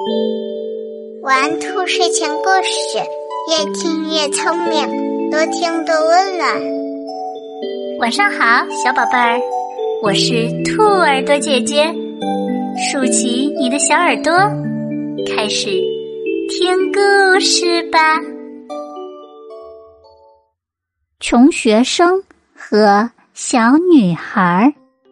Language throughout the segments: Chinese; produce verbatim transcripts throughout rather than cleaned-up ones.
玩兔睡前故事，越听越聪明，多听多温暖。 晚上好，小宝贝儿，我是兔耳朵姐姐，竖起你的小耳朵，开始听故事吧。穷学生和小女孩。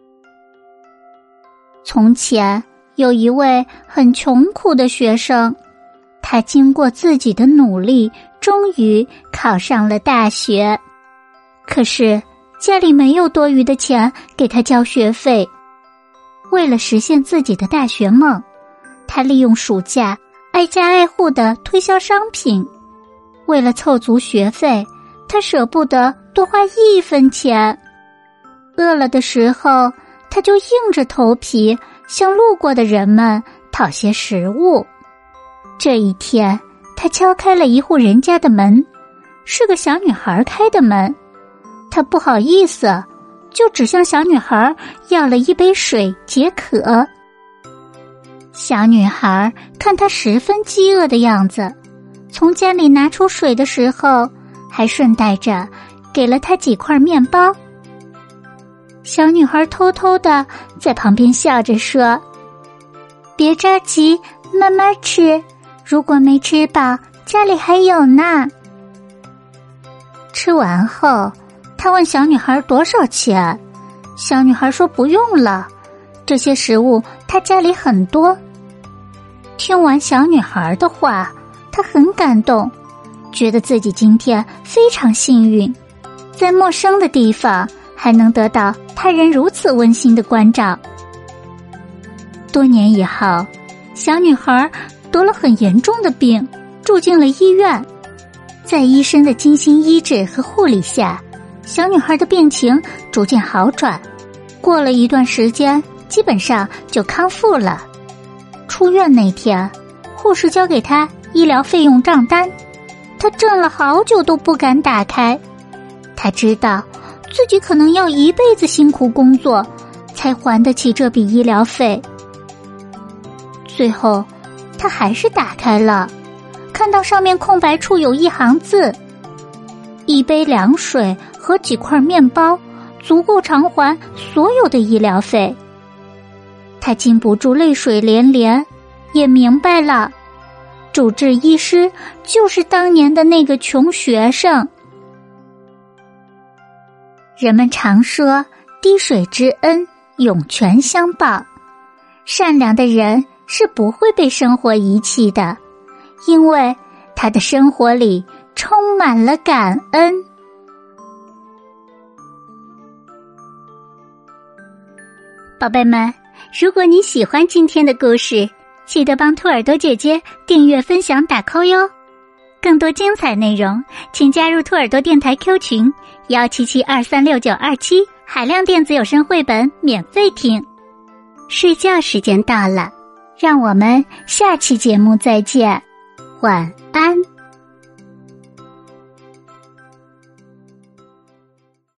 从前有一位很穷苦的学生，他经过自己的努力，终于考上了大学。可是家里没有多余的钱给他交学费。为了实现自己的大学梦，他利用暑假挨家挨户地推销商品。为了凑足学费，他舍不得多花一分钱。饿了的时候，他就硬着头皮向路过的人们讨些食物。这一天，他敲开了一户人家的门，是个小女孩开的门。他不好意思，就只向小女孩要了一杯水解渴。小女孩看他十分饥饿的样子，从家里拿出水的时候，还顺带着给了他几块面包。小女孩偷偷地在旁边笑着说：“别着急，慢慢吃，如果没吃饱，家里还有呢。”吃完后，他问小女孩多少钱，小女孩说不用了，这些食物她家里很多。听完小女孩的话，他很感动，觉得自己今天非常幸运，在陌生的地方还能得到他人如此温馨的关照。多年以后，小女孩得了很严重的病，住进了医院。在医生的精心医治和护理下，小女孩的病情逐渐好转，过了一段时间，基本上就康复了。出院那天，护士交给她医疗费用账单，她怔了好久都不敢打开。她知道自己可能要一辈子辛苦工作，才还得起这笔医疗费。最后，她还是打开了，看到上面空白处有一行字：一杯凉水和几块面包，足够偿还所有的医疗费。她禁不住泪水连连，也明白了，主治医师就是当年的那个穷学生。人们常说滴水之恩，涌泉相报。善良的人是不会被生活遗弃的，因为他的生活里充满了感恩。宝贝们，如果你喜欢今天的故事，记得帮兔耳朵姐姐订阅、分享、打 call 哟。更多精彩内容，请加入兔耳朵电台 Q 群幺七七二三六九二七，海量电子有声绘本免费听。睡觉时间到了，让我们下期节目再见，晚安。